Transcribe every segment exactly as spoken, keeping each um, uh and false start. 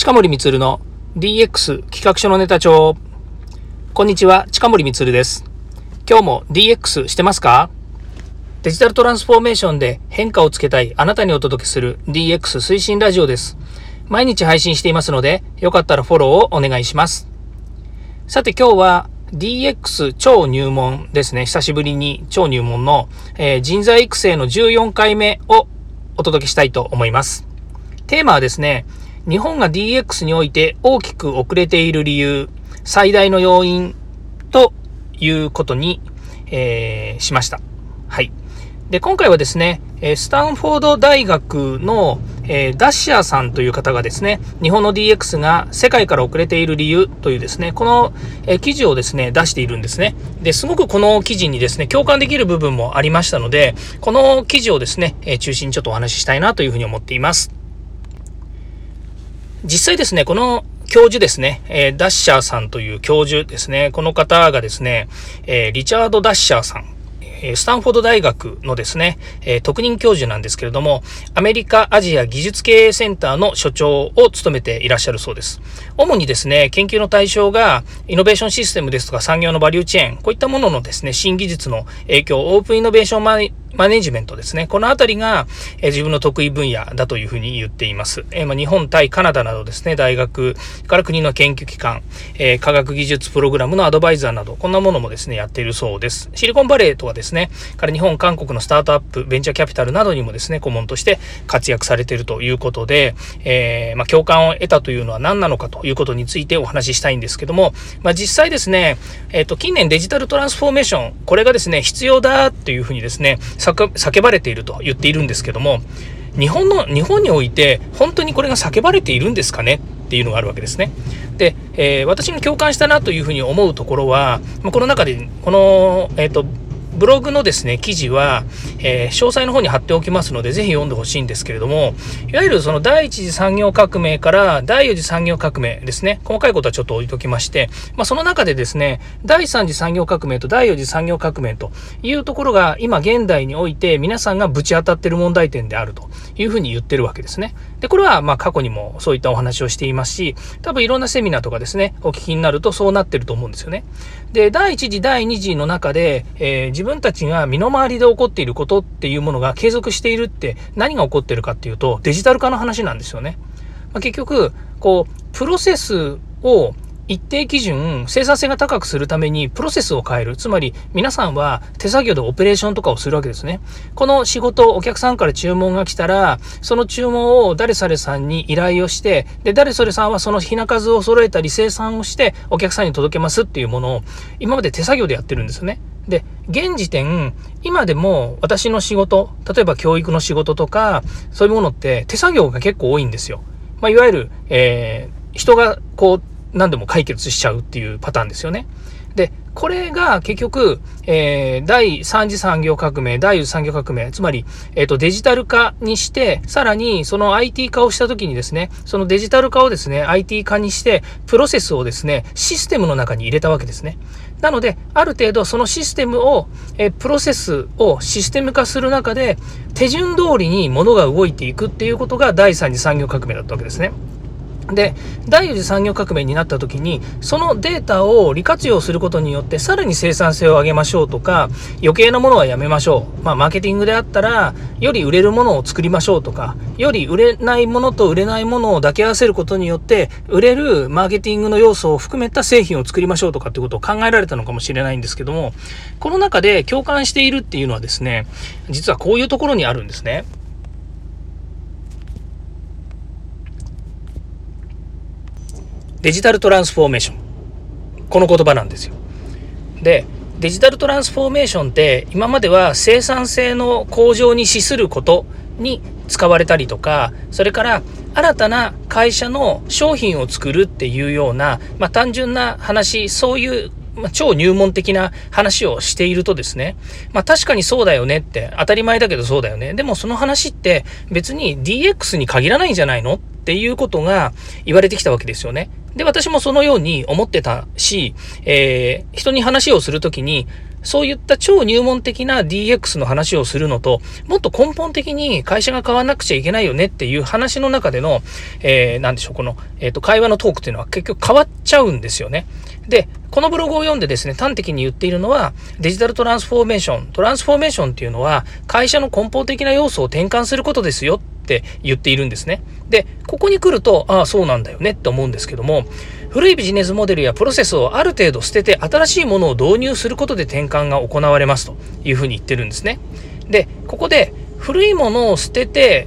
近森光の ディーエックス 企画書のネタ帳。こんにちは、近森光です。今日も ディーエックス してますか？デジタルトランスフォーメーションで変化をつけたいあなたにお届けする ディーエックス 推進ラジオです。毎日配信していますので、よかったらフォローをお願いします。さて今日は ディーエックス 超入門ですね。久しぶりに超入門の、えー、人材育成のじゅうよんかいめをお届けしたいと思います。テーマはですね、日本が ディーエックス において大きく遅れている理由、最大の要因ということに、えー、しました。はい。で、今回はですね、スタンフォード大学の、えー、ダッシャーさんという方がですね、日本の ディーエックス が世界から遅れている理由というですね、この、えー、記事をですね、出しているんですね。で、すごくこの記事にですね、共感できる部分もありましたので、この記事をですね、えー、中心にちょっとお話ししたいなというふうに思っています。実際ですね、この教授ですね、えー、ダッシャーさんという教授ですね、この方がですね、えー、リチャード・ダッシャーさん、スタンフォード大学のですね、特任教授なんですけれども、アメリカアジア技術経営センターの所長を務めていらっしゃるそうです。主にですね、研究の対象がイノベーションシステムですとか産業のバリューチェーン、こういったもののですね、新技術の影響、オープンイノベーションマネマネジメントですね。このあたりが、えー、自分の得意分野だというふうに言っています。えーまあ、日本対カナダなどですね、大学から国の研究機関、えー、科学技術プログラムのアドバイザーなど、こんなものもですね、やっているそうです。シリコンバレーとはですね、から日本、韓国のスタートアップ、ベンチャーキャピタルなどにもですね、顧問として活躍されているということで、えーまあ、共感を得たというのは何なのかということについてお話ししたいんですけども、まあ、実際ですね、えっと、近年デジタルトランスフォーメーション、これがですね、必要だというふうにですね、叫ばれていると言っているんですけども、日本の日本において本当にこれが叫ばれているんですかねっていうのがあるわけですね。で、えー、私が共感したなというふうに思うところは、この中でこの、えーとブログのですね、記事は、えー、詳細の方に貼っておきますので、ぜひ読んでほしいんですけれども、いわゆるその第一次産業革命から第四次産業革命ですね、細かいことはちょっと置いときまして、まあ、その中でですね、第三次産業革命と第四次産業革命というところが、今現代において皆さんがぶち当たっている問題点であるというふうに言ってるわけですね。で、これはまあ過去にもそういったお話をしていますし、多分いろんなセミナーとかですね、お聞きになるとそうなってると思うんですよね。で、第一次、第二次の中で、えー、自分たちが身の回りで起こっていることっていうものが継続しているって何が起こっているかっていうと、デジタル化の話なんですよね。まあ、結局、こう、プロセスを一定基準、生産性が高くするためにプロセスを変える。つまり皆さんは手作業でオペレーションとかをするわけですね。この仕事、お客さんから注文が来たら、その注文を誰それさんに依頼をして、で、誰それさんはその品数を揃えたり生産をしてお客さんに届けますっていうものを今まで手作業でやってるんですよね。で、現時点、今でも私の仕事、例えば教育の仕事とか、そういうものって手作業が結構多いんですよ。まあ、いわゆる、えー、人がこう、何でも解決しちゃうっていうパターンですよね。で、これが結局、えー、第三次産業革命、第四次産業革命、つまり、えっと、デジタル化にして、さらにその アイティー 化をしたときにですね、そのデジタル化をですね、アイティー 化にして、プロセスをですね、システムの中に入れたわけですね。なので、ある程度そのシステムを、えプロセスをシステム化する中で、手順通りに物が動いていくっていうことが第三次産業革命だったわけですね。で、第四次産業革命になった時に、そのデータを利活用することによって、さらに生産性を上げましょうとか、余計なものはやめましょう。まあ、マーケティングであったら、より売れるものを作りましょうとか、より売れないものと売れないものを抱き合わせることによって、売れるマーケティングの要素を含めた製品を作りましょうとかってことを考えられたのかもしれないんですけども、この中で共感しているっていうのはですね、実はこういうところにあるんですね。デジタルトランスフォーメーション。この言葉なんですよ。で、デジタルトランスフォーメーションって今までは生産性の向上に資することに使われたりとか、それから新たな会社の商品を作るっていうような、まあ、単純な話、そういうまあ、超入門的な話をしているとですね、まあ確かにそうだよねって、当たり前だけどそうだよね。でもその話って別に ディーエックス に限らないんじゃないのっていうことが言われてきたわけですよね。で、私もそのように思ってたし、えー、人に話をするときに、 そういった超入門的な ディーエックス の話をするのと、もっと根本的に会社が変わらなくちゃいけないよねっていう話の中での、えー、なんでしょう、この、えーと、会話のトークっていうのは結局変わっちゃうんですよね。で、このブログを読んでですね、端的に言っているのは、デジタルトランスフォーメーション。トランスフォーメーションっていうのは、会社の根本的な要素を転換することですよって言っているんですね。で、ここに来ると、ああ、そうなんだよねって思うんですけども、古いビジネスモデルやプロセスをある程度捨てて新しいものを導入することで転換が行われますというふうに言ってるんですね。で、ここで古いものを捨てて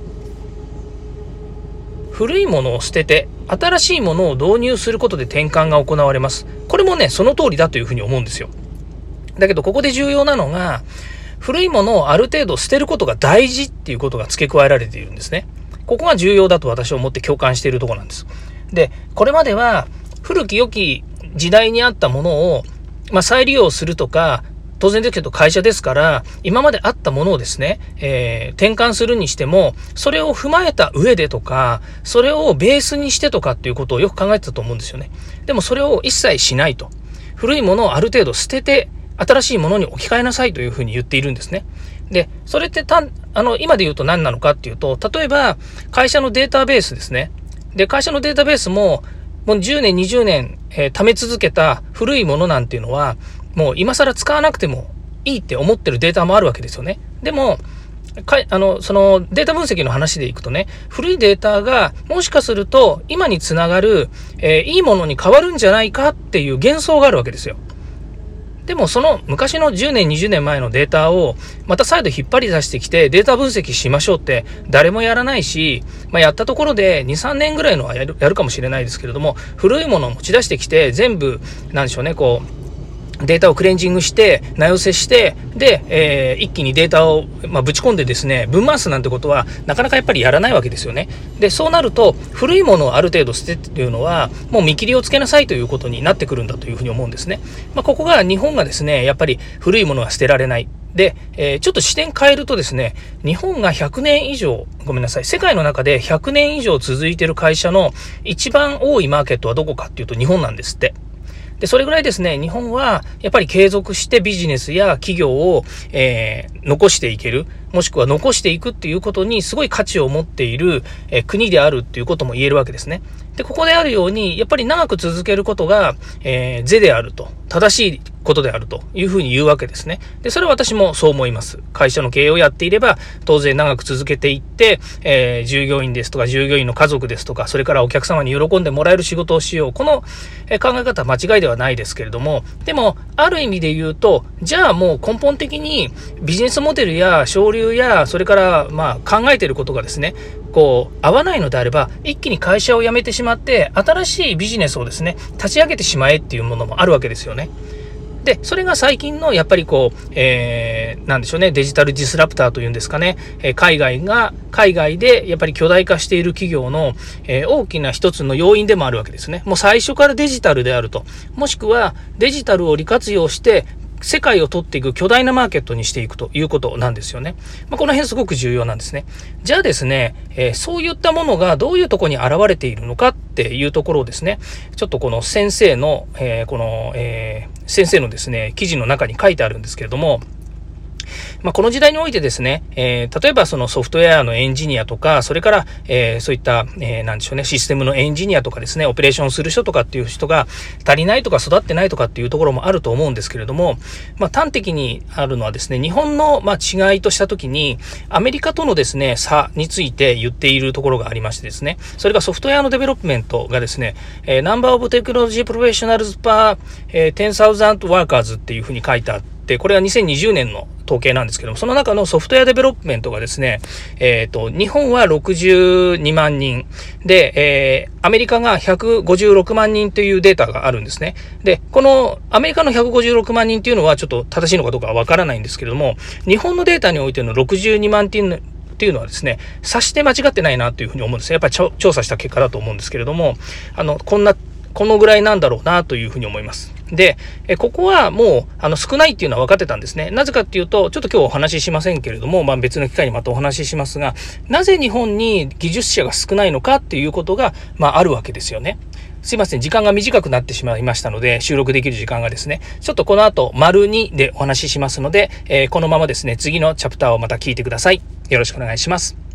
古いものを捨てて新しいものを導入することで転換が行われます。これもね、その通りだというふうに思うんですよ。だけどここで重要なのが、古いものをある程度捨てることが大事っていうことが付け加えられているんですね。ここが重要だと私は思って共感しているところなんです。で、これまでは古き良き時代にあったものを、まあ、再利用するとか、当然ですけど会社ですから、今まであったものをですね、えー、転換するにしても、それを踏まえた上でとか、それをベースにしてとかっていうことをよく考えてたと思うんですよね。でもそれを一切しないと。古いものをある程度捨てて、新しいものに置き換えなさいというふうに言っているんですね。で、それってたあの今で言うと何なのかっていうと、例えば会社のデータベースですね。で、会社のデータベースももうじゅうねん、にじゅうねん、えー、貯め続けた古いものなんていうのは、もう今更使わなくてもいいって思ってるデータもあるわけですよね。でも、かあのそのデータ分析の話でいくとね、古いデータがもしかすると今につながる、えー、いいものに変わるんじゃないかっていう幻想があるわけですよ。でもその昔のじゅうねん、にじゅうねんまえのデータをまた再度引っ張り出してきてデータ分析しましょうって誰もやらないし、まあ、やったところでに、さんねんぐらいのはやる、やるかもしれないですけれども、古いものを持ち出してきて全部なんでしょうね、こうデータをクレンジングして名寄せしてで、えー、一気にデータを、まあ、ぶち込んでですね分回すなんてことはなかなかやっぱりやらないわけですよね。で、そうなると古いものをある程度捨てっていうのはもう見切りをつけなさいということになってくるんだというふうに思うんですね。まあ、ここが日本がですねやっぱり古いものは捨てられないで、えー、ちょっと視点変えるとですね、日本がひゃくねん以上ごめんなさい世界の中でひゃくねん以上続いている会社の一番多いマーケットはどこかっていうと日本なんですって。で、それぐらいですね、日本はやっぱり継続してビジネスや企業を、えー、残していける、もしくは残していくっていうことにすごい価値を持っている、えー、国であるっていうことも言えるわけですね。で、ここであるように、やっぱり長く続けることが、えー、是であると、正しいことであるというふうに言うわけですね。で、それは私もそう思います。会社の経営をやっていれば、当然長く続けていって、えー、従業員ですとか、従業員の家族ですとか、それからお客様に喜んでもらえる仕事をしよう。この、えー、考え方は間違いではないですけれども、でも、ある意味で言うと、じゃあもう根本的にビジネスモデルや省流や、それからまあ考えていることがですね、こう合わないのであれば一気に会社を辞めてしまって新しいビジネスをですね立ち上げてしまえっていうものもあるわけですよね。で、それが最近のやっぱりこう、えー、なんでしょうね、デジタルディスラプターというんですかね、えー、海外が海外でやっぱり巨大化している企業の、えー、大きな一つの要因でもあるわけですね。もう最初からデジタルであると、もしくはデジタルを利活用して世界を取っていく巨大なマーケットにしていくということなんですよね。まあ、この辺すごく重要なんですね。じゃあですね、えー、そういったものがどういうところに現れているのかっていうところをですね、ちょっとこの先生の、えー、この、えー、先生のですね、記事の中に書いてあるんですけれども、まあ、この時代においてですね、えー、例えばそのソフトウェアのエンジニアとか、それから、えー、そういった、えー、なんでしょうね、システムのエンジニアとかですね、オペレーションする人とかっていう人が足りないとか育ってないとかっていうところもあると思うんですけれども、まあ、端的にあるのはですね、日本の、まあ、違いとしたときに、アメリカとのですね、差について言っているところがありましてですね、それがソフトウェアのデベロップメントがですね、えー、ナンバーオブテクノロジープロフェッショナルズパー、えー、じゅうさんざんワーカーズっていうふうに書いてあって、これはにせんにじゅうねんの統計なんですけども、その中のソフトウェアデベロップメントがですね、えっと、日本はろくじゅうにまんにんで、えー、アメリカがひゃくごじゅうろくまんにんというデータがあるんですね。で、このアメリカのひゃくごじゅうろくまんにんというのはちょっと正しいのかどうかはわからないんですけれども、日本のデータにおいてのろくじゅうにまんっていうのっていうのはですね、察して間違ってないなというふうに思うんですね。やっぱり調査した結果だと思うんですけれども、あの、こんな、このぐらいなんだろうなというふうに思います。で、えここはもうあの少ないっていうのは分かってたんですね。なぜかっていうと、ちょっと今日お話ししませんけれども、まあ別の機会にまたお話ししますが、なぜ日本に技術者が少ないのかっていうことが、まああるわけですよね。 すいません、時間が短くなってしまいましたので、収録できる時間がですね、ちょっとこの後、丸にでお話ししますので、えー、このままですね、次のチャプターをまた聞いてください。よろしくお願いします。